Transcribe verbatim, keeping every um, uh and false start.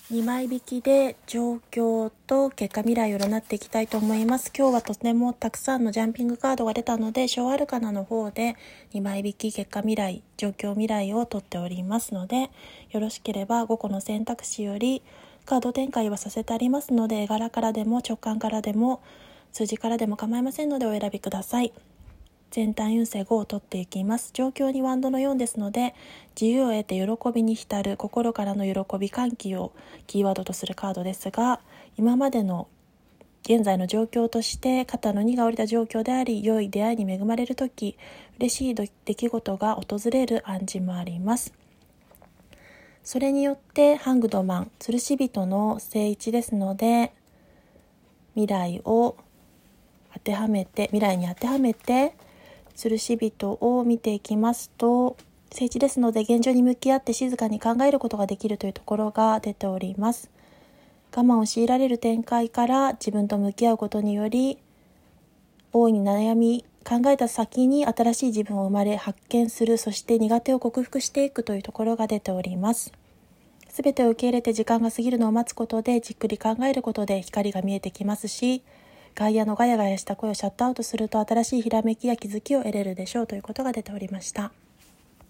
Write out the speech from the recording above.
にまい引きで状況と結果未来を占っていきたいと思います。今日はとてもたくさんのジャンピングカードが出たので、小アルカナの方でにまい引き結果未来、状況未来を取っておりますので、よろしければごこの選択肢よりカード展開はさせてありますので、絵柄からでも直感からでも数字からでも構いませんのでお選びください。全体運勢ごを取っていきます。状況にワンドのよんですので、自由を得て喜びに浸る、心からの喜び、歓喜をキーワードとするカードですが、今までの現在の状況として肩の荷が下りた状況であり、良い出会いに恵まれるとき、嬉しい出来事が訪れる暗示もあります。それによってハングドマン、吊るし人の正位置ですので、未来を当てはめて未来に当てはめて吊るし人を見ていきますと、正位置ですので現状に向き合って静かに考えることができるというところが出ております。我慢を強いられる展開から自分と向き合うことにより、大いに悩み考えた先に新しい自分を生まれ発見する、そして苦手を克服していくというところが出ております。すべてを受け入れて時間が過ぎるのを待つことで、じっくり考えることで光が見えてきますし、外野のガヤガヤした声をシャットアウトすると新しいひらめきや気づきを得れるでしょうということが出ておりました。